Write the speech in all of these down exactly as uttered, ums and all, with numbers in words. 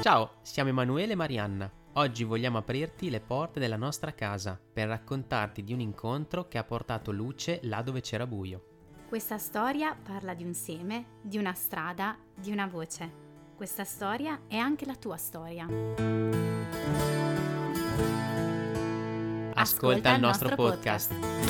Ciao, siamo Emanuele e Marianna. Oggi vogliamo aprirti le porte della nostra casa per raccontarti di un incontro che ha portato luce là dove c'era buio. Questa storia parla di un seme, di una strada, di una voce. Questa storia è anche la tua storia. Ascolta, Ascolta il nostro, nostro podcast. podcast.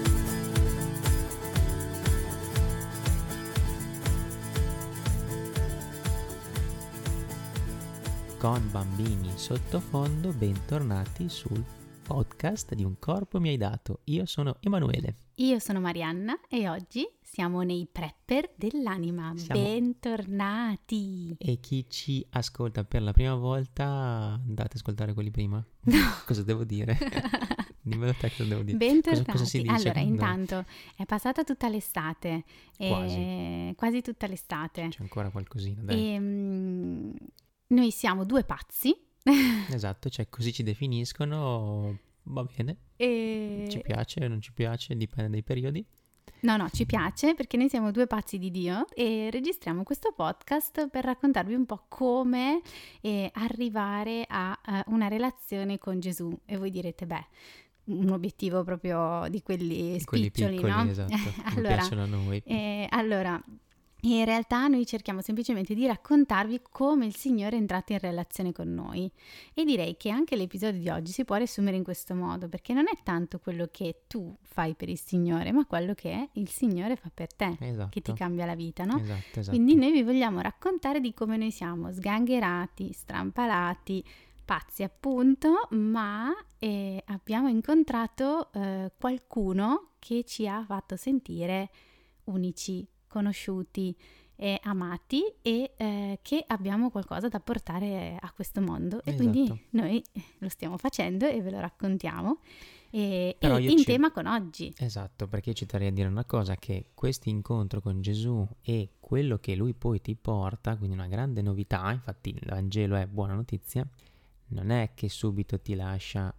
Con bambini in sottofondo, bentornati sul podcast di Un corpo mi hai dato. Io sono Emanuele. Io sono Marianna e oggi siamo nei prepper dell'anima. Siamo... Bentornati! E chi ci ascolta per la prima volta, andate ad ascoltare quelli prima. No! Cosa devo dire? Dimmelo te cosa devo dire. Bentornati! Cosa, cosa si dice allora, quando... intanto è passata tutta l'estate. Quasi. E... Quasi tutta l'estate. C'è ancora qualcosina, dai. E... Um... Noi siamo due pazzi. Esatto, cioè così ci definiscono, va bene, e... ci piace o non ci piace, dipende dai periodi. No, no, ci piace perché noi siamo due pazzi di Dio e registriamo questo podcast per raccontarvi un po' come eh, arrivare a uh, una relazione con Gesù. E voi direte, beh, un obiettivo proprio di quelli di quelli spiccioli, piccoli, no? Esatto, allora, mi piacciono a noi. Eh, allora... In realtà noi cerchiamo semplicemente di raccontarvi come il Signore è entrato in relazione con noi e direi che anche l'episodio di oggi si può riassumere in questo modo, perché non è tanto quello che tu fai per il Signore, ma quello che il Signore fa per te, esatto. che ti cambia la vita, no? Esatto, esatto. Quindi noi vi vogliamo raccontare di come noi siamo sgangherati, strampalati, pazzi appunto, ma eh, abbiamo incontrato eh, qualcuno che ci ha fatto sentire unici, conosciuti e amati e eh, che abbiamo qualcosa da portare a questo mondo e esatto. Quindi noi lo stiamo facendo e ve lo raccontiamo e, e in ci... tema con oggi. Esatto, perché io ci terrei a dire una cosa, che questo incontro con Gesù e quello che lui poi ti porta, quindi una grande novità, infatti il Vangelo è buona notizia, non è che subito ti lascia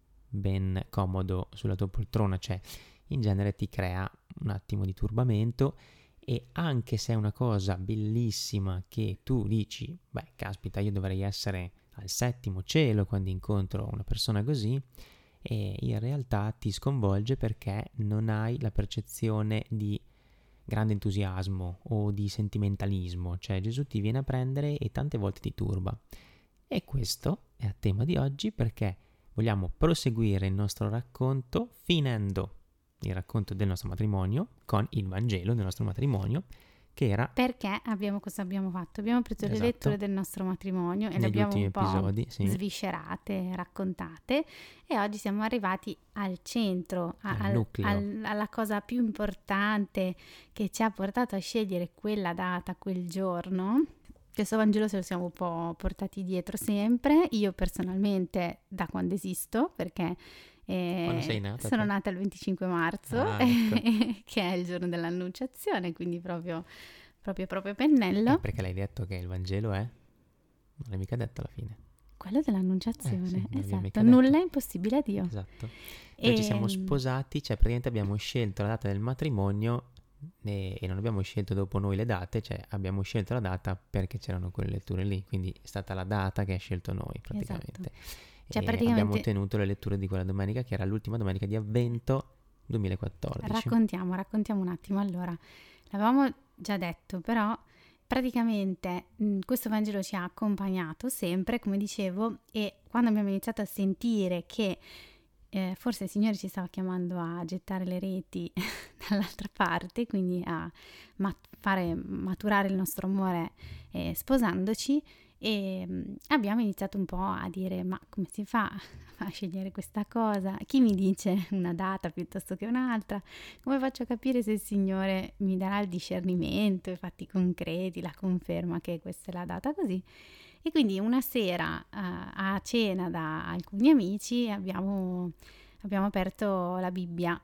ben comodo sulla tua poltrona, cioè in genere ti crea un attimo di turbamento. E anche se è una cosa bellissima che tu dici, beh, caspita, io dovrei essere al settimo cielo quando incontro una persona così, e in realtà ti sconvolge perché non hai la percezione di grande entusiasmo o di sentimentalismo, cioè Gesù ti viene a prendere e tante volte ti turba. E questo è a tema di oggi perché vogliamo proseguire il nostro racconto finendo il racconto del nostro matrimonio con il Vangelo del nostro matrimonio, che era... Perché abbiamo cosa abbiamo fatto? Abbiamo preso esatto. le letture del nostro matrimonio e negli le abbiamo un episodi, po' sì. sviscerate, raccontate e oggi siamo arrivati al centro, a, al, al, alla cosa più importante che ci ha portato a scegliere quella data, quel giorno. Questo Vangelo se lo siamo un po' portati dietro sempre, io personalmente da quando esisto, perché eh, sei nata, sono te? nata il venticinque marzo, ah, ecco. che è il giorno dell'annunciazione, quindi proprio, proprio, proprio pennello. Eh, perché l'hai detto che il Vangelo è? Non l'hai mica detto alla fine. Quello dell'annunciazione, eh, sì, esatto, nulla è impossibile a Dio. Esatto. Noi e... ci siamo sposati, cioè praticamente abbiamo scelto la data del matrimonio e, e non abbiamo scelto dopo noi le date, cioè abbiamo scelto la data perché c'erano quelle letture lì, quindi è stata la data che ha scelto noi praticamente. Esatto. Cioè, e praticamente... abbiamo tenuto le letture di quella domenica che era l'ultima domenica di Avvento duemilaquattordici. Raccontiamo, raccontiamo un attimo. Allora, l'avevamo già detto, però praticamente mh, questo Vangelo ci ha accompagnato sempre, come dicevo, e quando abbiamo iniziato a sentire che eh, forse il Signore ci stava chiamando a gettare le reti dall'altra parte, quindi a mat- fare maturare il nostro amore eh, sposandoci, e mh, abbiamo iniziato un po' a dire: ma come si fa a scegliere questa cosa? Chi mi dice una data piuttosto che un'altra? Come faccio a capire se il Signore mi darà il discernimento, i fatti concreti, la conferma che questa è la data così? E quindi una sera uh, a cena da alcuni amici abbiamo, abbiamo aperto la Bibbia.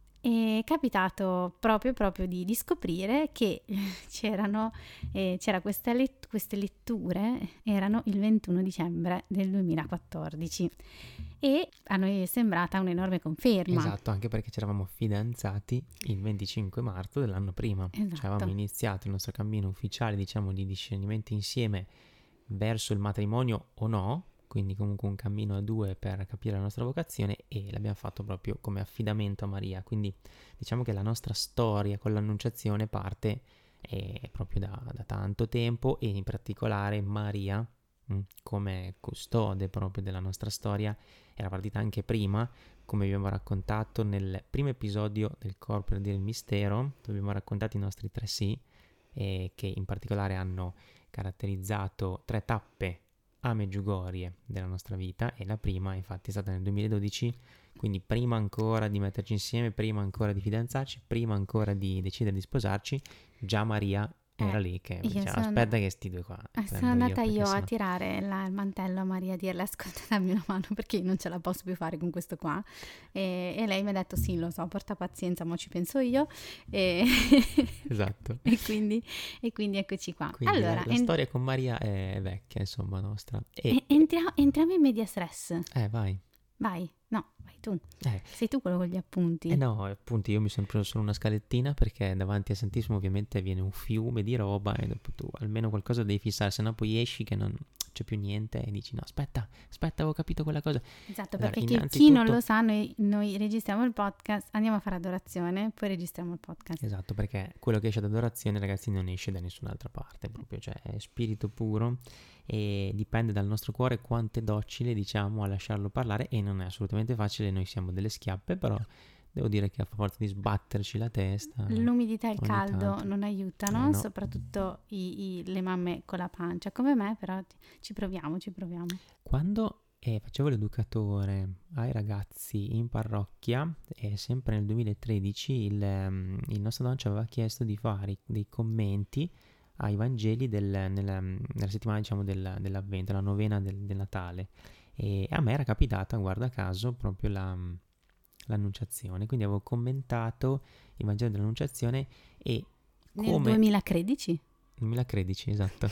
È capitato proprio proprio di, di scoprire che c'erano eh, c'era questa let- queste letture erano il ventuno dicembre del duemilaquattordici e a noi è sembrata un'enorme conferma. Esatto, anche perché ci eravamo fidanzati il venticinque marzo dell'anno prima. Esatto. Cioè avevamo iniziato il nostro cammino ufficiale, diciamo, di discernimento insieme verso il matrimonio o no, quindi comunque un cammino a due per capire la nostra vocazione, e l'abbiamo fatto proprio come affidamento a Maria. Quindi diciamo che la nostra storia con l'Annunciazione parte eh, proprio da, da tanto tempo, e in particolare Maria mh, come custode proprio della nostra storia era partita anche prima, come abbiamo raccontato nel primo episodio del Corpo per dire il mistero, dove abbiamo raccontato i nostri tre sì, eh, che in particolare hanno caratterizzato tre tappe a Medjugorje della nostra vita, e la prima infatti è stata nel duemiladodici, quindi prima ancora di metterci insieme, prima ancora di fidanzarci, prima ancora di decidere di sposarci, già Maria era Eh, lì che io diceva sono, aspetta che sti due qua eh, prendo sono andata io, io a sennò... tirare la- il mantello a Maria, a dirle ascolta, dammi una mano perché io non ce la posso più fare con questo qua, e, e lei mi ha detto sì, lo so, porta pazienza, mo ci penso io, e, Esatto. e, quindi, e quindi eccoci qua. Quindi la, Allora, la en- storia con Maria è vecchia, insomma, nostra. E, e- entriamo, entriamo in media stress. eh, vai. Vai, no, vai tu. Eh, Sei tu quello con gli appunti. eh no, appunto io mi sono preso solo una scalettina, perché davanti al Santissimo ovviamente viene un fiume di roba, e dopo tu almeno qualcosa devi fissare, sennò poi esci che non c'è più niente e dici no, aspetta, aspetta, avevo capito quella cosa. Esatto, Allora, perché chi, chi innanzitutto... non lo sa, noi, noi registriamo il podcast, andiamo a fare adorazione, poi registriamo il podcast. Esatto, perché quello che esce da adorazione, ragazzi, non esce da nessun'altra parte, proprio, cioè è spirito puro, e dipende dal nostro cuore quanto è docile, diciamo, a lasciarlo parlare, e non è assolutamente facile, noi siamo delle schiappe, però devo dire che a forza di sbatterci la testa... L'umidità e il ogni caldo tanto- non aiutano, Eh, no. soprattutto i- i- le mamme con la pancia, come me, però ti- ci proviamo, ci proviamo. Quando eh, facevo l'educatore ai ragazzi in parrocchia, e sempre nel duemilatredici, il, ehm, il nostro Don ci aveva chiesto di fare dei commenti ai Vangeli del, nella, nella settimana, diciamo, del, dell'Avvento, la novena del, del Natale. E a me era capitata, guarda caso, proprio la, l'Annunciazione, quindi avevo commentato il Vangelo dell'Annunciazione, e Nel come... duemilatredici? duemilatredici, esatto.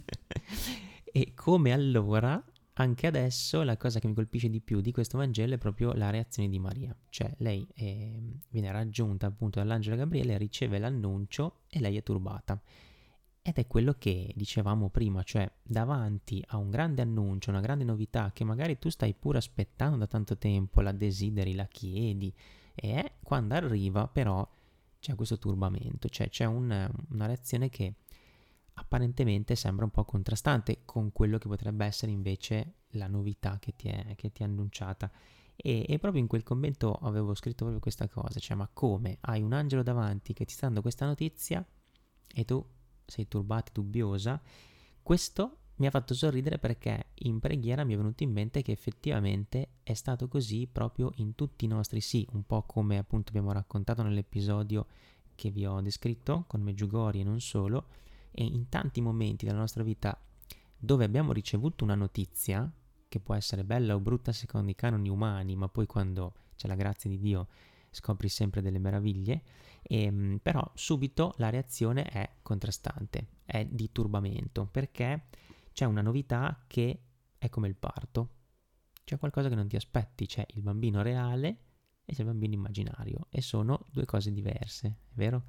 E come allora, anche adesso, la cosa che mi colpisce di più di questo Vangelo è proprio la reazione di Maria. Cioè, lei eh, viene raggiunta appunto dall'angelo Gabriele, riceve l'annuncio e lei è turbata. Ed è quello che dicevamo prima, cioè davanti a un grande annuncio, una grande novità che magari tu stai pure aspettando da tanto tempo, la desideri, la chiedi, e quando arriva però c'è questo turbamento, cioè c'è un, una reazione che apparentemente sembra un po' contrastante con quello che potrebbe essere invece la novità che ti è, che ti è annunciata. E, e proprio in quel commento avevo scritto proprio questa cosa, cioè ma come hai un angelo davanti che ti sta dando questa notizia e tu sei turbata, dubbiosa? Questo mi ha fatto sorridere, perché in preghiera mi è venuto in mente che effettivamente è stato così proprio in tutti i nostri sì, un po' come appunto abbiamo raccontato nell'episodio che vi ho descritto con Medjugorje e non solo, e in tanti momenti della nostra vita dove abbiamo ricevuto una notizia che può essere bella o brutta secondo i canoni umani, ma poi quando c'è la grazia di Dio scopri sempre delle meraviglie, e, però subito la reazione è contrastante, è di turbamento, perché c'è una novità che è come il parto, c'è qualcosa che non ti aspetti, c'è il bambino reale e c'è il bambino immaginario, e sono due cose diverse, è vero?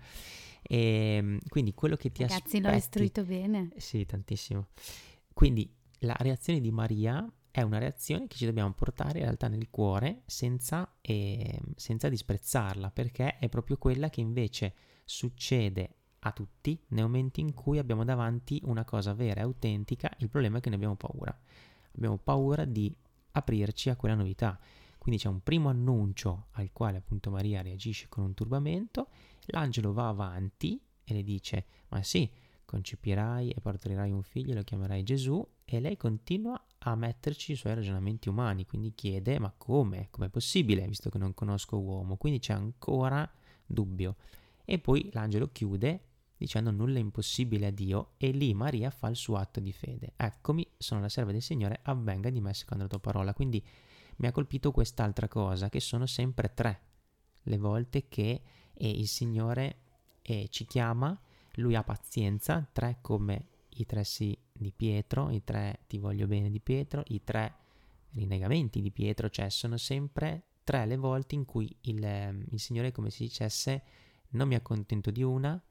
E quindi quello che ti Ragazzi, aspetti... l'ho istruito bene. Sì, tantissimo. Quindi la reazione di Maria è una reazione che ci dobbiamo portare in realtà nel cuore senza, eh, senza disprezzarla, perché è proprio quella che invece succede a tutti nei momenti in cui abbiamo davanti una cosa vera e autentica. Il problema è che ne abbiamo paura. Abbiamo paura di aprirci a quella novità. Quindi c'è un primo annuncio al quale appunto Maria reagisce con un turbamento, l'angelo va avanti e le dice ma sì, concepirai e partorirai un figlio e lo chiamerai Gesù, e lei continua a metterci i suoi ragionamenti umani, quindi chiede ma come? Com'è possibile visto che non conosco uomo? Quindi c'è ancora dubbio, e poi l'angelo chiude dicendo nulla è impossibile a Dio, e lì Maria fa il suo atto di fede. Eccomi, sono la serva del Signore, avvenga di me secondo la tua parola. Quindi mi ha colpito quest'altra cosa, che sono sempre tre le volte che eh, il Signore eh, ci chiama, lui ha pazienza, tre come i tre sì di Pietro, i tre ti voglio bene di Pietro, i tre rinnegamenti di Pietro, cioè sono sempre tre le volte in cui il, il Signore è come se dicesse non mi accontento di una,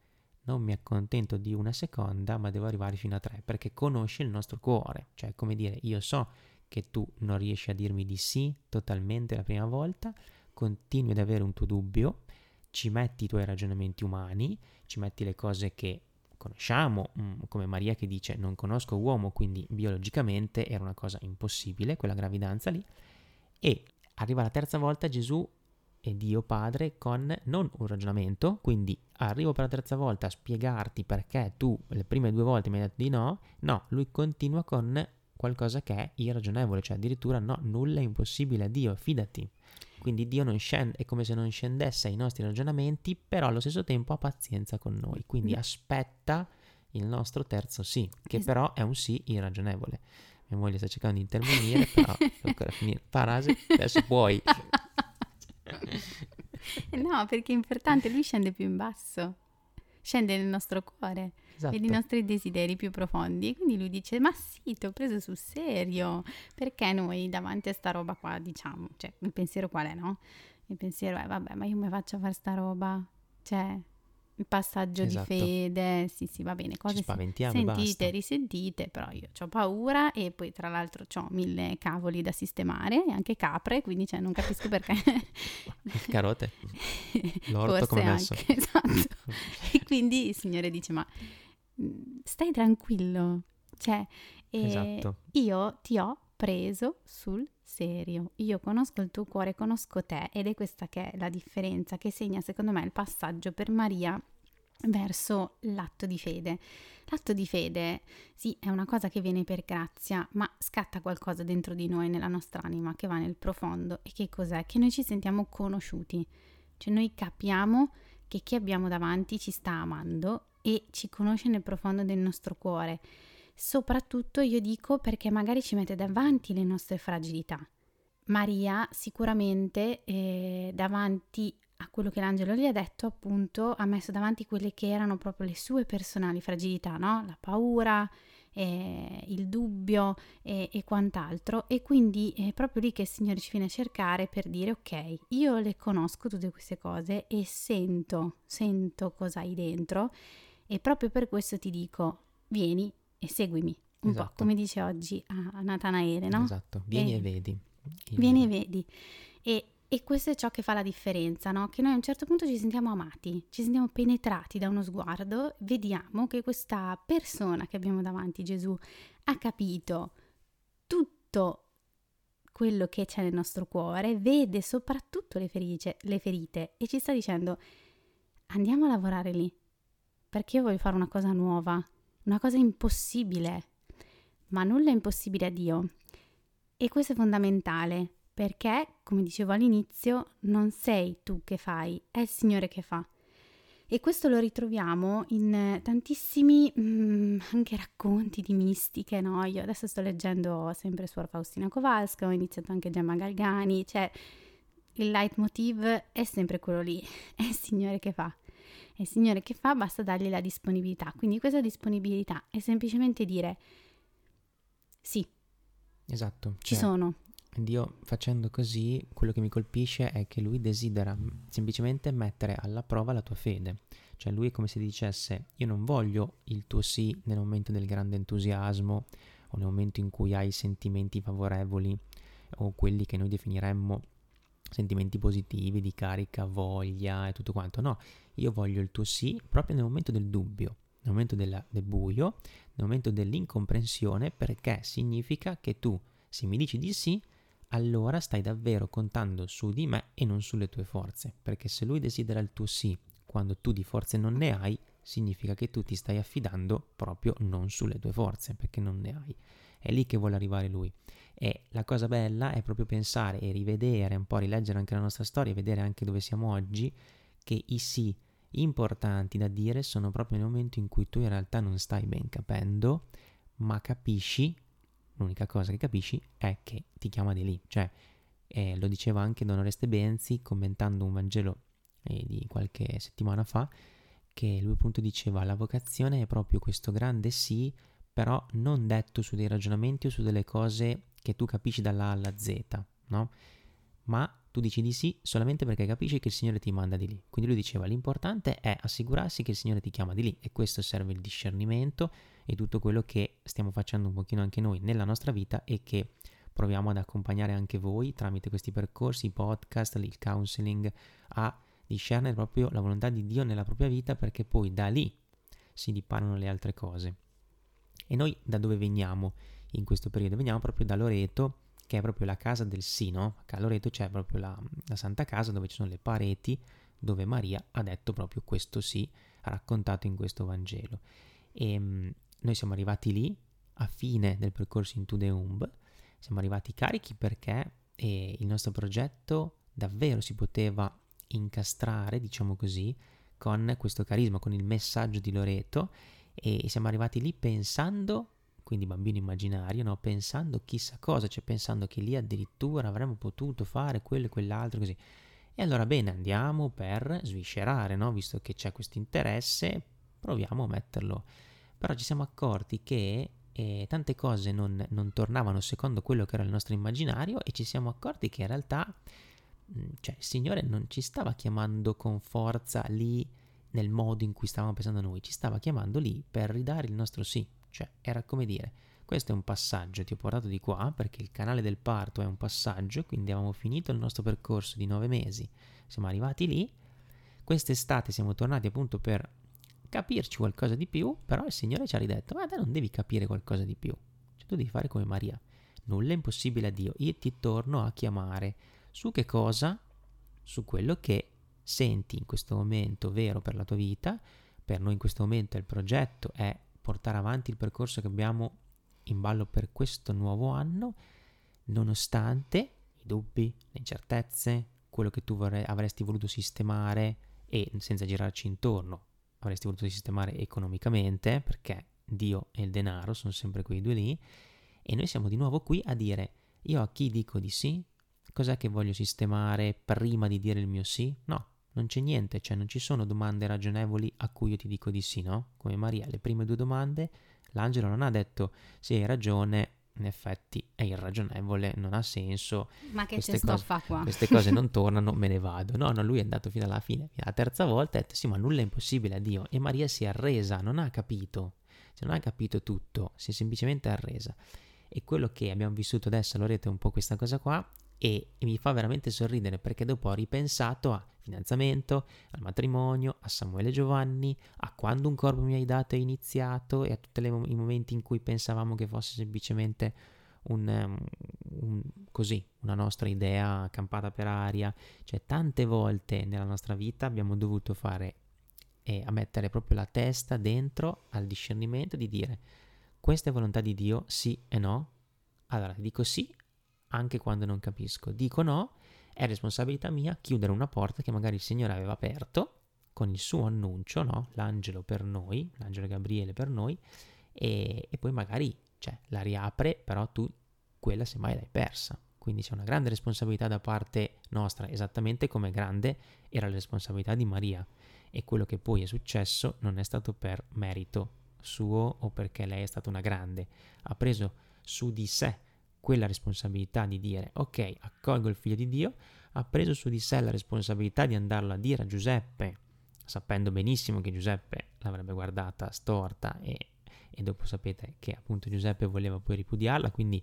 non mi accontento di una seconda, ma devo arrivare fino a tre, perché conosci il nostro cuore. Cioè, come dire, io so che tu non riesci a dirmi di sì totalmente la prima volta, continui ad avere un tuo dubbio, ci metti i tuoi ragionamenti umani, ci metti le cose che conosciamo, come Maria che dice non conosco uomo, quindi biologicamente era una cosa impossibile quella gravidanza lì, e arriva la terza volta Gesù e Dio Padre con non un ragionamento, quindi arrivo per la terza volta a spiegarti perché tu le prime due volte mi hai detto di no, no, lui continua con qualcosa che è irragionevole, cioè addirittura no, nulla è impossibile a Dio, fidati. Quindi Dio non scende, è come se non scendesse ai nostri ragionamenti, però allo stesso tempo ha pazienza con noi, quindi aspetta il nostro terzo sì, che es- però è un sì irragionevole. Mia moglie sta cercando di intervenire, però devo ancora finire la frase, adesso puoi. No, perché è importante, lui scende più in basso, scende nel nostro cuore, Esatto. vede i nostri desideri più profondi, quindi lui dice ma sì, ti ho preso sul serio, perché noi davanti a sta roba qua diciamo, cioè il pensiero qual è, no? Il pensiero è vabbè, ma io mi faccio fare sta roba, cioè il passaggio Esatto. di fede, sì sì va bene, cose Ci spaventiamo si- e sentite, basta. risentite, però io ho paura e poi tra l'altro ho mille cavoli da sistemare e anche capre, quindi cioè non capisco perché. Carote, l'orto Forse come messo. anche, esatto. E quindi il Signore dice ma mh, stai tranquillo, cioè eh, Esatto. io ti ho preso sul serio, io conosco il tuo cuore, conosco te, ed è questa che è la differenza che segna secondo me il passaggio per Maria verso l'atto di fede. L'atto di fede, sì, è una cosa che viene per grazia, ma scatta qualcosa dentro di noi, nella nostra anima, che va nel profondo. E che cos'è? Che noi ci sentiamo conosciuti, cioè noi capiamo che chi abbiamo davanti ci sta amando e ci conosce nel profondo del nostro cuore. Soprattutto io dico perché magari ci mette davanti le nostre fragilità. Maria sicuramente eh, davanti a quello che l'angelo gli ha detto, appunto, ha messo davanti quelle che erano proprio le sue personali fragilità, no? La paura, eh, il dubbio eh, e quant'altro. E quindi è proprio lì che il Signore ci viene a cercare per dire ok, io le conosco tutte queste cose e sento, sento cosa hai dentro e proprio per questo ti dico, vieni e seguimi. Un Esatto. po' come dice oggi a Natanaele, no? Esatto, vieni e, e vedi. Il... Vieni e vedi. E, e questo è ciò che fa la differenza, no? Che noi a un certo punto ci sentiamo amati, ci sentiamo penetrati da uno sguardo, vediamo che questa persona che abbiamo davanti, Gesù, ha capito tutto quello che c'è nel nostro cuore, vede soprattutto le, ferice, le ferite e ci sta dicendo andiamo a lavorare lì, perché io voglio fare una cosa nuova, una cosa impossibile, ma nulla è impossibile a Dio. E questo è fondamentale, perché, come dicevo all'inizio, non sei tu che fai, è il Signore che fa. E questo lo ritroviamo in tantissimi mh, anche racconti di mistiche, no? Io adesso sto leggendo sempre Suor Faustina Kowalska, ho iniziato anche Gemma Galgani, cioè il leitmotiv è sempre quello lì, è il Signore che fa. È il Signore che fa, basta dargli la disponibilità. Quindi questa disponibilità è semplicemente dire sì. Esatto. Ci cioè, sono. Dio facendo così, quello che mi colpisce è che lui desidera semplicemente mettere alla prova la tua fede. Cioè lui è come se dicesse io non voglio il tuo sì nel momento del grande entusiasmo o nel momento in cui hai sentimenti favorevoli o quelli che noi definiremmo sentimenti positivi di carica, voglia e tutto quanto. No, io voglio il tuo sì proprio nel momento del dubbio, nel momento della, del buio, nel momento dell'incomprensione, perché significa che tu, se mi dici di sì, allora stai davvero contando su di me e non sulle tue forze, perché se lui desidera il tuo sì quando tu di forze non ne hai, significa che tu ti stai affidando proprio non sulle tue forze, perché non ne hai. È lì che vuole arrivare lui. E la cosa bella è proprio pensare e rivedere, un po' rileggere anche la nostra storia e vedere anche dove siamo oggi, che i sì importanti da dire sono proprio nel momento in cui tu in realtà non stai ben capendo, ma capisci, l'unica cosa che capisci è che ti chiama di lì. Cioè, eh, lo diceva anche Don Oreste Benzi commentando un Vangelo eh, di qualche settimana fa, che lui appunto diceva la vocazione è proprio questo grande sì, però non detto su dei ragionamenti o su delle cose che tu capisci dalla A alla Z, no? Ma tu dici di sì solamente perché capisci che il Signore ti manda di lì. Quindi lui diceva l'importante è assicurarsi che il Signore ti chiama di lì, e questo serve il discernimento e tutto quello che stiamo facendo un pochino anche noi nella nostra vita e che proviamo ad accompagnare anche voi tramite questi percorsi, i podcast, il counseling, a discernere proprio la volontà di Dio nella propria vita, perché poi da lì si dipanano le altre cose. E noi da dove veniamo in questo periodo? Veniamo proprio da Loreto, che è proprio la casa del sì, no? A Loreto c'è proprio la, la Santa Casa dove ci sono le pareti dove Maria ha detto proprio questo sì, raccontato in questo Vangelo. E mh, noi siamo arrivati lì a fine del percorso Into the Womb, siamo arrivati carichi perché eh, il nostro progetto davvero si poteva incastrare, diciamo così, con questo carisma, con il messaggio di Loreto, e siamo arrivati lì pensando, quindi bambino immaginario, no? Pensando chissà cosa, cioè pensando che lì addirittura avremmo potuto fare quello e quell'altro, così. E allora bene, andiamo per sviscerare, no? Visto che c'è questo interesse, proviamo a metterlo. Però ci siamo accorti che eh, tante cose non, non tornavano secondo quello che era il nostro immaginario, e ci siamo accorti che in realtà cioè il Signore non ci stava chiamando con forza lì nel modo in cui stavamo pensando noi, ci stava chiamando lì per ridare il nostro sì. Cioè era come dire: questo è un passaggio, ti ho portato di qua perché il canale del parto è un passaggio, quindi avevamo finito il nostro percorso di nove mesi, siamo arrivati lì, quest'estate siamo tornati appunto per capirci qualcosa di più, però il Signore ci ha ridetto: ma te non devi capire qualcosa di più, cioè tu devi fare come Maria, nulla è impossibile a Dio, io ti torno a chiamare. Su che cosa? Su quello che senti in questo momento vero per la tua vita. Per noi in questo momento il progetto è portare avanti il percorso che abbiamo in ballo per questo nuovo anno, nonostante i dubbi, le incertezze, quello che tu vorrei, avresti voluto sistemare, e senza girarci intorno avresti voluto sistemare economicamente, perché Dio e il denaro sono sempre quei due lì, e noi siamo di nuovo qui a dire: io a chi dico di sì? Cos'è che voglio sistemare prima di dire il mio sì? No, non c'è niente, cioè non ci sono domande ragionevoli a cui io ti dico di sì, no? Come Maria, le prime due domande, l'angelo non ha detto sì, hai ragione, in effetti è irragionevole, non ha senso, Ma che queste ce sto cose, fa qua? queste cose non tornano, me ne vado. No, no, lui è andato fino alla fine, fino alla terza volta ha detto sì, ma nulla è impossibile a Dio, e Maria si è arresa, non ha capito, cioè non ha capito tutto, si è semplicemente arresa. E quello che abbiamo vissuto adesso, allora è un po' questa cosa qua, e mi fa veramente sorridere, perché dopo ho ripensato a fidanzamento, al matrimonio, a Samuele e Giovanni, a quando un corpo mi hai dato è iniziato, e a tutti i momenti in cui pensavamo che fosse semplicemente un, um, un, così, una nostra idea campata per aria. Cioè tante volte nella nostra vita abbiamo dovuto fare e a mettere proprio la testa dentro al discernimento di dire: questa è volontà di Dio, sì e no? Allora dico sì anche quando non capisco, dico no, è responsabilità mia chiudere una porta che magari il Signore aveva aperto con il suo annuncio, no? L'angelo per noi, l'angelo Gabriele per noi, e, e poi magari cioè, la riapre, però tu quella semmai l'hai persa. Quindi c'è una grande responsabilità da parte nostra, esattamente come grande era la responsabilità di Maria, e quello che poi è successo non è stato per merito suo o perché lei è stata una grande, ha preso su di sé quella responsabilità di dire ok, accolgo il figlio di Dio, ha preso su di sé la responsabilità di andarlo a dire a Giuseppe, sapendo benissimo che Giuseppe l'avrebbe guardata storta, e, e dopo sapete che appunto Giuseppe voleva poi ripudiarla. Quindi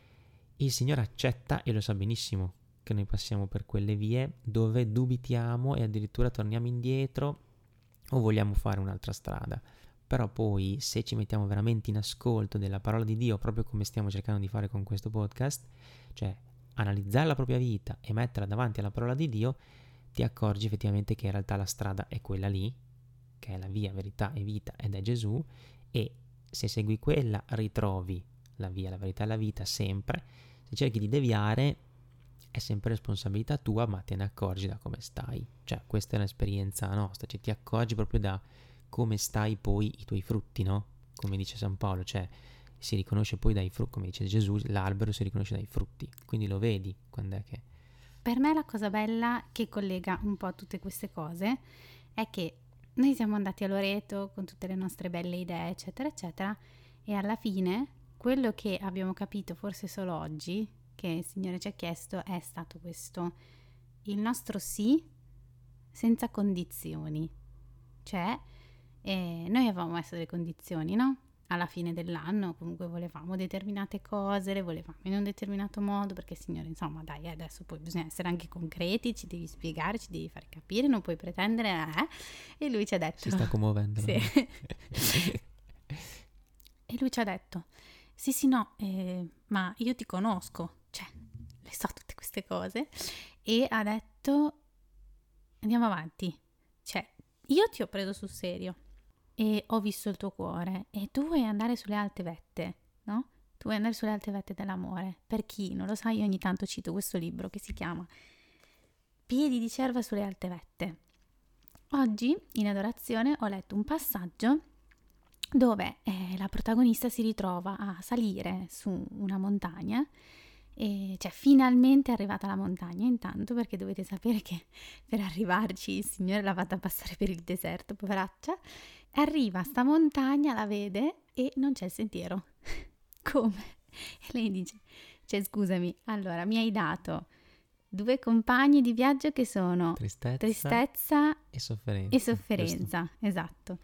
il Signore accetta, e lo sa benissimo che noi passiamo per quelle vie dove dubitiamo e addirittura torniamo indietro o vogliamo fare un'altra strada. Però poi se ci mettiamo veramente in ascolto della parola di Dio, proprio come stiamo cercando di fare con questo podcast, cioè analizzare la propria vita e metterla davanti alla parola di Dio, ti accorgi effettivamente che in realtà la strada è quella lì, che è la via, verità e vita, ed è Gesù, e se segui quella ritrovi la via, la verità e la vita sempre. Se cerchi di deviare è sempre responsabilità tua, ma te ne accorgi da come stai. Cioè questa è un'esperienza nostra, cioè ti accorgi proprio da come stai poi i tuoi frutti, no? Come dice San Paolo, cioè si riconosce poi dai frutti, come dice Gesù, l'albero si riconosce dai frutti, quindi lo vedi quando è che... Per me la cosa bella che collega un po' tutte queste cose è che noi siamo andati a Loreto con tutte le nostre belle idee, eccetera, eccetera, e alla fine quello che abbiamo capito forse solo oggi, che il Signore ci ha chiesto, è stato questo: il nostro sì senza condizioni. Cioè, eh, noi avevamo messo delle condizioni, no? Alla fine dell'anno comunque volevamo determinate cose, le volevamo in un determinato modo, perché Signore, insomma, dai, adesso poi bisogna essere anche concreti, ci devi spiegare, ci devi far capire, non puoi pretendere, eh? E lui ci ha detto... Si sta commuovendo. Sì. E lui ci ha detto, sì sì no, eh, ma io ti conosco, cioè, le so tutte queste cose, e ha detto, andiamo avanti, cioè, io ti ho preso sul serio e ho visto il tuo cuore e tu vuoi andare sulle alte vette, no? Tu vuoi andare sulle alte vette dell'amore. Per chi non lo sa, io ogni tanto cito questo libro che si chiama Piedi di cerva sulle alte vette. Oggi in adorazione ho letto un passaggio dove eh, la protagonista si ritrova a salire su una montagna, e cioè finalmente è arrivata alla montagna, intanto, perché dovete sapere che per arrivarci il Signore l'ha fatta passare per il deserto, poveraccia. Arriva a sta montagna, la vede e non c'è il sentiero. Come? E lei dice, cioè scusami, allora mi hai dato due compagni di viaggio che sono Tristezza, tristezza e sofferenza. e sofferenza, esatto.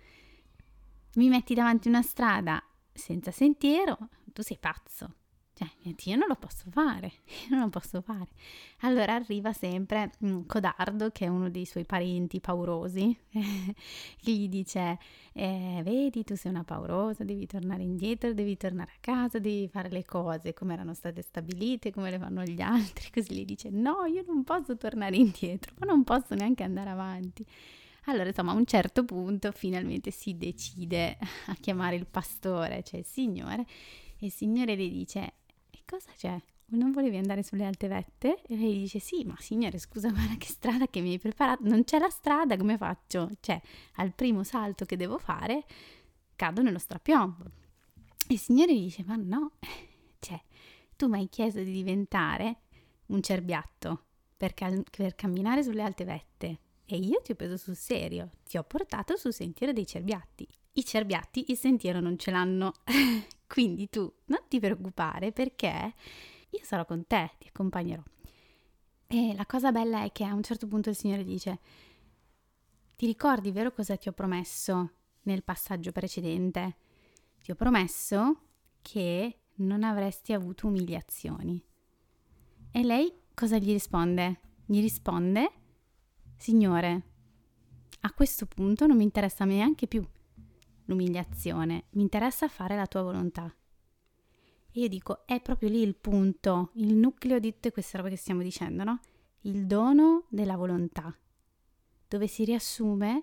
Mi metti davanti una strada senza sentiero, tu sei pazzo. Cioè, io non lo posso fare, io non lo posso fare. Allora arriva sempre mh, Codardo, che è uno dei suoi parenti paurosi, che gli dice, eh, vedi, tu sei una paurosa, devi tornare indietro, devi tornare a casa, devi fare le cose come erano state stabilite, come le fanno gli altri. Così gli dice, no, io non posso tornare indietro, ma non posso neanche andare avanti. Allora, insomma, a un certo punto finalmente si decide a chiamare il pastore, cioè il Signore, e il Signore le dice, e cosa c'è? Non volevi andare sulle alte vette? E lei dice, sì, ma Signore, scusa, guarda che strada che mi hai preparato, non c'è la strada, come faccio? Cioè, al primo salto che devo fare, cado nello strapiombo. E il Signore gli dice, ma no, cioè, tu mi hai chiesto di diventare un cerbiatto per, cal- per camminare sulle alte vette. E io ti ho preso sul serio, ti ho portato sul sentiero dei cerbiatti. I cerbiatti il sentiero non ce l'hanno, quindi tu non ti preoccupare perché io sarò con te, ti accompagnerò. E la cosa bella è che a un certo punto il Signore dice, ti ricordi vero cosa ti ho promesso nel passaggio precedente? Ti ho promesso che non avresti avuto umiliazioni. E lei cosa gli risponde? Gli risponde, Signore, a questo punto non mi interessa neanche più l'umiliazione, mi interessa fare la tua volontà. E io dico, è proprio lì il punto, il nucleo di tutte queste robe che stiamo dicendo, no? Il dono della volontà, dove si riassume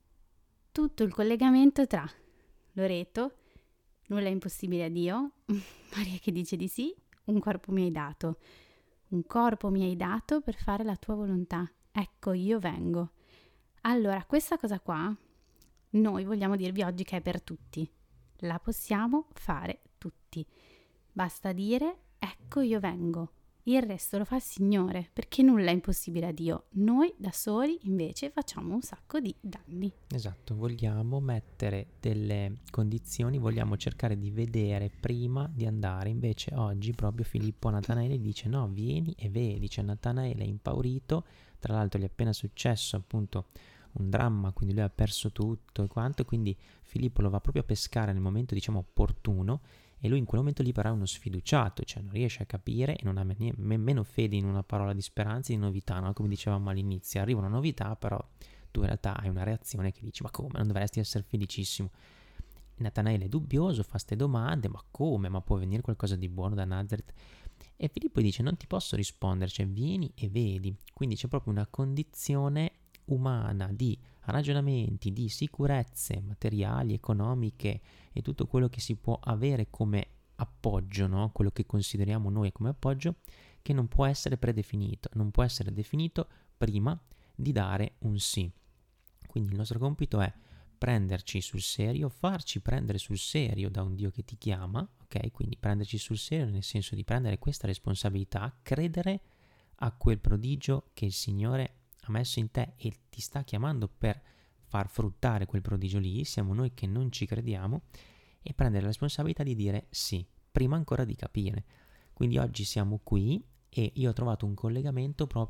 tutto il collegamento tra Loreto, nulla è impossibile a Dio, Maria che dice di sì, un corpo mi hai dato, un corpo mi hai dato per fare la tua volontà. Ecco, io vengo. Allora, questa cosa qua, noi vogliamo dirvi oggi che è per tutti. La possiamo fare tutti. Basta dire, ecco, io vengo. Il resto lo fa il Signore, perché nulla è impossibile a Dio. Noi da soli, invece, facciamo un sacco di danni. Esatto, vogliamo mettere delle condizioni, vogliamo cercare di vedere prima di andare. Invece oggi proprio Filippo a Natanaele dice, no, vieni e vedi. Cioè Natanaele è impaurito. Tra l'altro gli è appena successo appunto un dramma, quindi lui ha perso tutto e quanto, quindi Filippo lo va proprio a pescare nel momento diciamo opportuno, e lui in quel momento lì però è uno sfiduciato, cioè non riesce a capire e non ha nemmeno fede in una parola di speranza, di novità, no? Come dicevamo all'inizio, arriva una novità però tu in realtà hai una reazione che dici, ma come, non dovresti essere felicissimo? Natanaele è dubbioso, fa ste domande, ma come, ma può venire qualcosa di buono da Nazareth? E Filippo dice, non ti posso rispondere, cioè vieni e vedi. Quindi c'è proprio una condizione umana di ragionamenti, di sicurezze materiali, economiche e tutto quello che si può avere come appoggio, no? Quello che consideriamo noi come appoggio, che non può essere predefinito, non può essere definito prima di dare un sì. Quindi il nostro compito è prenderci sul serio, farci prendere sul serio da un Dio che ti chiama, ok? Quindi prenderci sul serio nel senso di prendere questa responsabilità, credere a quel prodigio che il Signore ha messo in te e ti sta chiamando per far fruttare quel prodigio lì, siamo noi che non ci crediamo, e prendere la responsabilità di dire sì, prima ancora di capire. Quindi oggi siamo qui e io ho trovato un collegamento proprio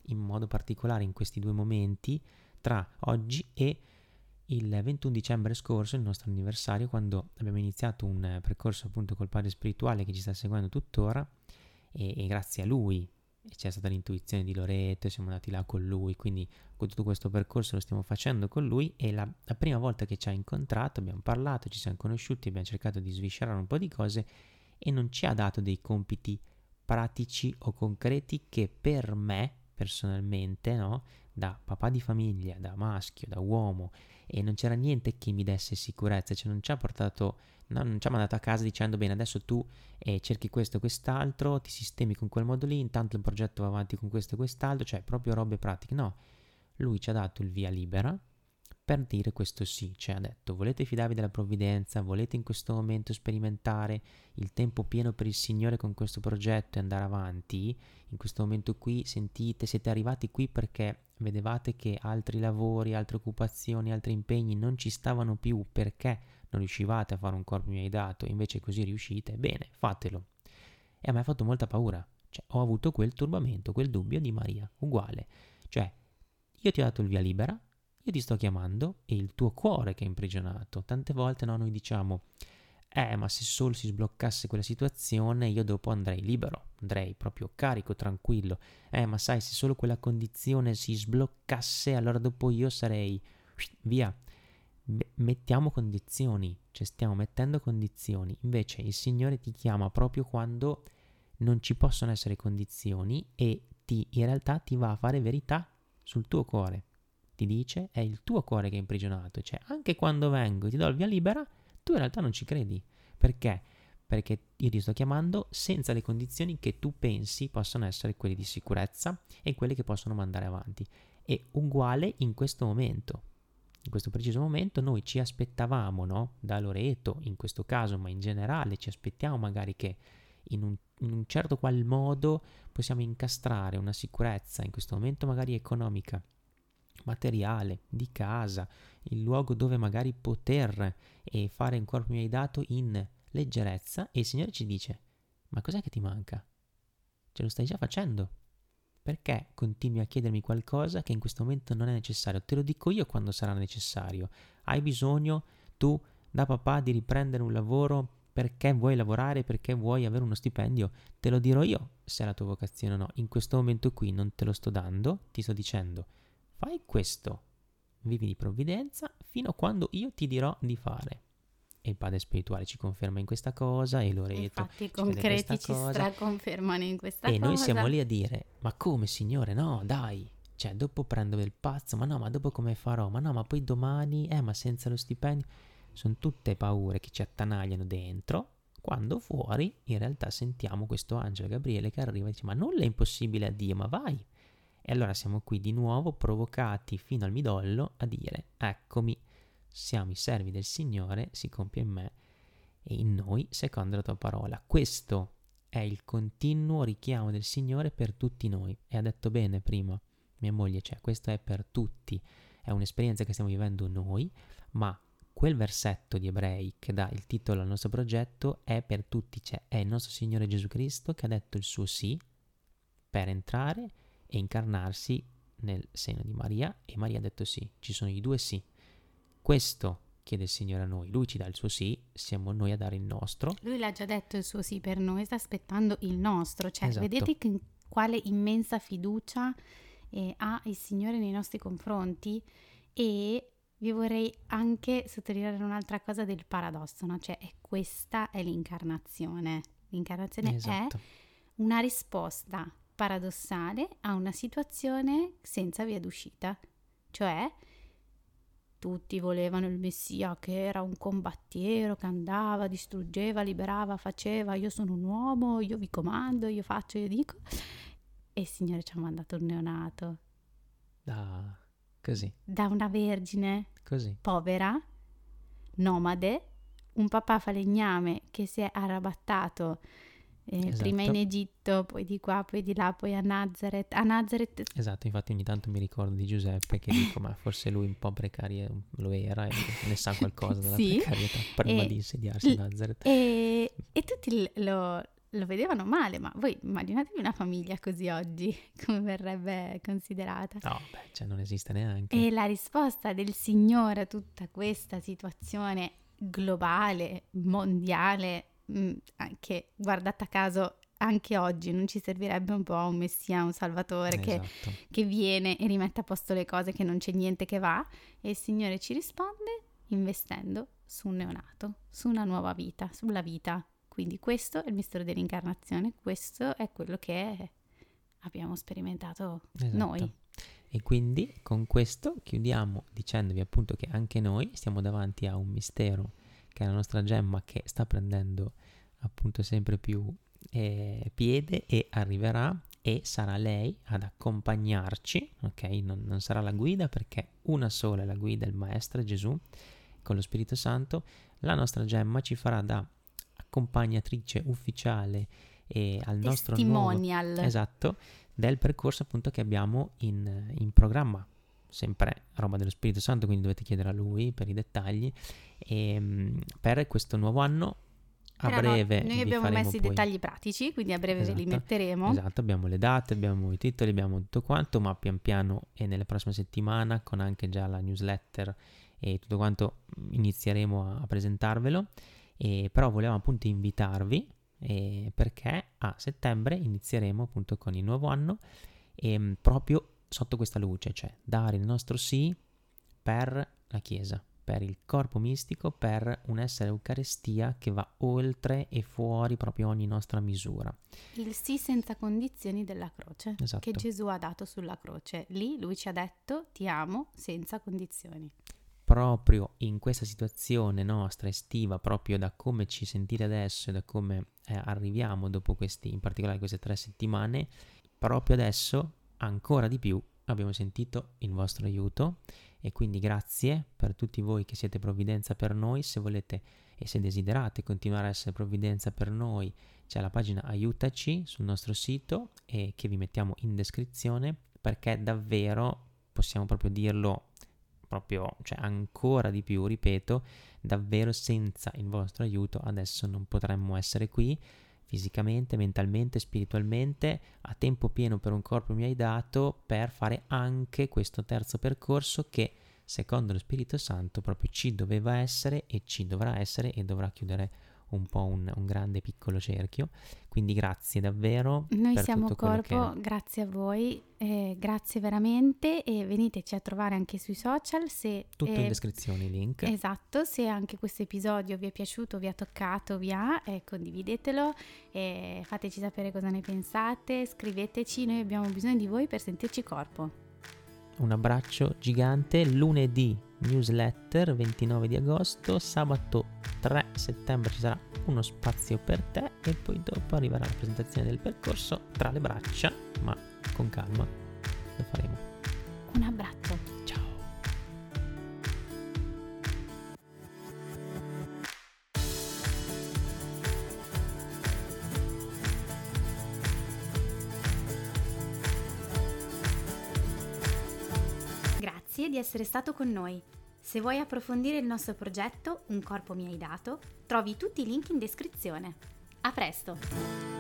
in modo particolare in questi due momenti tra oggi e il ventuno dicembre scorso, il nostro anniversario, quando abbiamo iniziato un percorso appunto col padre spirituale che ci sta seguendo tuttora, e, e grazie a lui c'è stata l'intuizione di Loreto, siamo andati là con lui, quindi con tutto questo percorso lo stiamo facendo con lui, e la, la prima volta che ci ha incontrato abbiamo parlato, ci siamo conosciuti, abbiamo cercato di sviscerare un po' di cose e non ci ha dato dei compiti pratici o concreti che per me personalmente, no, da papà di famiglia, da maschio, da uomo, e non c'era niente che mi desse sicurezza, cioè non ci ha portato, no, non ci ha mandato a casa dicendo bene adesso tu eh, cerchi questo e quest'altro, ti sistemi con quel modo lì, intanto il progetto va avanti con questo e quest'altro, cioè proprio robe pratiche. No, lui ci ha dato il via libera per dire questo sì, cioè ha detto volete fidarvi della provvidenza, volete in questo momento sperimentare il tempo pieno per il Signore con questo progetto e andare avanti, in questo momento qui sentite, siete arrivati qui perché vedevate che altri lavori, altre occupazioni, altri impegni non ci stavano più perché non riuscivate a fare un corpo mi hai dato, invece così riuscite, bene, fatelo. E a me ha fatto molta paura, cioè ho avuto quel turbamento, quel dubbio di Maria, uguale, cioè io ti ho dato il via libera, io ti sto chiamando, è il tuo cuore che è imprigionato. Tante volte no, noi diciamo, eh ma se solo si sbloccasse quella situazione io dopo andrei libero, andrei proprio carico, tranquillo. Eh ma sai, se solo quella condizione si sbloccasse allora dopo io sarei via. Mettiamo condizioni, cioè stiamo mettendo condizioni. Invece il Signore ti chiama proprio quando non ci possono essere condizioni e ti, in realtà ti va a fare verità sul tuo cuore. Ti dice è il tuo cuore che è imprigionato, cioè anche quando vengo e ti do il via libera tu in realtà non ci credi. Perché? Perché io ti sto chiamando senza le condizioni che tu pensi possano essere quelle di sicurezza e quelle che possono mandare avanti. E uguale in questo momento, in questo preciso momento noi ci aspettavamo, no? Da Loreto in questo caso, ma in generale ci aspettiamo magari che in un, in un certo qual modo possiamo incastrare una sicurezza, in questo momento magari economica, materiale, di casa, il luogo dove magari poter e fare un corpo mi hai dato in leggerezza, e il Signore ci dice ma cos'è che ti manca? Ce lo stai già facendo, perché continui a chiedermi qualcosa che in questo momento non è necessario? Te lo dico io quando sarà necessario. Hai bisogno tu da papà di riprendere un lavoro perché vuoi lavorare, perché vuoi avere uno stipendio? Te lo dirò io se è la tua vocazione o no. In questo momento qui non te lo sto dando, ti sto dicendo fai questo, vivi di provvidenza fino a quando io ti dirò di fare. E il padre spirituale ci conferma in questa cosa, e Loreto infatti i ci vede concreti questa ci cosa, straconfermano in questa e cosa. noi siamo lì a dire ma come Signore, no dai, cioè dopo prendo del pazzo, ma no, ma dopo come farò, ma no, ma poi domani, eh ma senza lo stipendio. Sono tutte paure che ci attanagliano dentro, quando fuori in realtà sentiamo questo angelo Gabriele che arriva e dice ma nulla è impossibile a Dio, ma vai. E allora siamo qui di nuovo provocati fino al midollo a dire eccomi, siamo i servi del Signore, si compie in me e in noi secondo la tua parola. Questo è il continuo richiamo del Signore per tutti noi, e ha detto bene prima mia moglie, cioè questo è per tutti, è un'esperienza che stiamo vivendo noi, ma quel versetto di Ebrei che dà il titolo al nostro progetto è per tutti, cioè è il nostro Signore Gesù Cristo che ha detto il suo sì per entrare e incarnarsi nel seno di Maria, e Maria ha detto sì. Ci sono i due sì. Questo chiede il Signore a noi, lui ci dà il suo sì, siamo noi a dare il nostro. Lui l'ha già detto il suo sì per noi, sta aspettando il nostro, cioè esatto. Vedete che, quale immensa fiducia eh, ha il Signore nei nostri confronti. E vi vorrei anche sottolineare un'altra cosa del paradosso, no? Cioè è, questa è l'incarnazione. L'incarnazione esatto. è una risposta paradossale a una situazione senza via d'uscita, cioè tutti volevano il Messia che era un combattiero, che andava, distruggeva, liberava, faceva, io sono un uomo, io vi comando, io faccio, io dico, e il Signore ci ha mandato un neonato da così da una vergine così povera, nomade, un papà falegname che si è arrabattato Eh, esatto. prima in Egitto, poi di qua, poi di là, poi a Nazareth. A Nazareth. Esatto, infatti ogni tanto mi ricordo di Giuseppe che dico ma forse lui un po' precario lo era e ne sa qualcosa della sì. precarietà prima e, di insediarsi a Nazareth. E, e tutti lo, lo vedevano male, ma voi immaginatevi una famiglia così oggi, come verrebbe considerata? No, beh, cioè non esiste neanche. E la risposta del Signore a tutta questa situazione globale, mondiale, mh, che guardate a caso anche oggi non ci servirebbe un po' un messia, un salvatore che, Esatto. che viene e rimette a posto le cose, che non c'è niente che va, e il Signore ci risponde investendo su un neonato, su una nuova vita, sulla vita. Quindi questo è il mistero dell'incarnazione, questo è quello che abbiamo sperimentato Esatto. noi. E quindi con questo chiudiamo dicendovi appunto che anche noi stiamo davanti a un mistero, che è la nostra gemma, che sta prendendo appunto sempre più eh, piede e arriverà, e sarà lei ad accompagnarci, ok? Non, non sarà la guida, perché una sola è la guida, il Maestro è Gesù con lo Spirito Santo. La nostra gemma ci farà da accompagnatrice ufficiale e al nostro nuovo, testimonial. esatto, del percorso appunto che abbiamo in, in programma, sempre roba dello Spirito Santo, quindi dovete chiedere a lui per i dettagli. E um, per questo nuovo anno a Però breve no, noi vi abbiamo faremo messo i poi... dettagli pratici, quindi a breve esatto, ve li metteremo. Esatto, abbiamo le date, abbiamo i titoli, abbiamo tutto quanto, ma pian piano e nelle prossime settimane, con anche già la newsletter e tutto quanto, inizieremo a, a presentarvelo. E però volevamo appunto invitarvi, eh, perché a settembre inizieremo appunto con il nuovo anno, e mh, proprio sotto questa luce, cioè dare il nostro sì per la Chiesa, per il corpo mistico, per un essere Eucaristia che va oltre e fuori proprio ogni nostra misura. Il sì senza condizioni della croce, Esatto. che Gesù ha dato sulla croce. Lì lui ci ha detto ti amo senza condizioni. Proprio in questa situazione nostra estiva, proprio da come ci sentite adesso e da come eh, arriviamo dopo questi, in particolare queste tre settimane, proprio adesso ancora di più abbiamo sentito il vostro aiuto, e quindi grazie per tutti voi che siete provvidenza per noi. Se volete e se desiderate continuare a essere provvidenza per noi, c'è la pagina Aiutaci sul nostro sito, e che vi mettiamo in descrizione, perché davvero possiamo proprio dirlo proprio, cioè ancora di più, ripeto, davvero senza il vostro aiuto adesso non potremmo essere qui fisicamente, mentalmente, spiritualmente, a tempo pieno per un corpo mi hai dato, per fare anche questo terzo percorso che secondo lo Spirito Santo proprio ci doveva essere e ci dovrà essere, e dovrà chiudere un po' un, un grande piccolo cerchio. Quindi grazie davvero. Noi per siamo tutto quello Corpo, che... grazie a voi, eh, grazie veramente, e veniteci a trovare anche sui social se... Tutto eh, in descrizione, i link. Esatto, se anche questo episodio vi è piaciuto, vi ha toccato, vi ha, eh, condividetelo, e fateci sapere cosa ne pensate, scriveteci, noi abbiamo bisogno di voi per sentirci Corpo. Un abbraccio gigante. Lunedì newsletter ventinove di agosto, sabato tre settembre ci sarà uno spazio per te, e poi dopo arriverà la presentazione del percorso tra le braccia, ma con calma lo faremo. Un abbraccio. Ciao. Grazie di essere stato con noi. Se vuoi approfondire il nostro progetto Un corpo mi hai dato, trovi tutti i link in descrizione. A presto!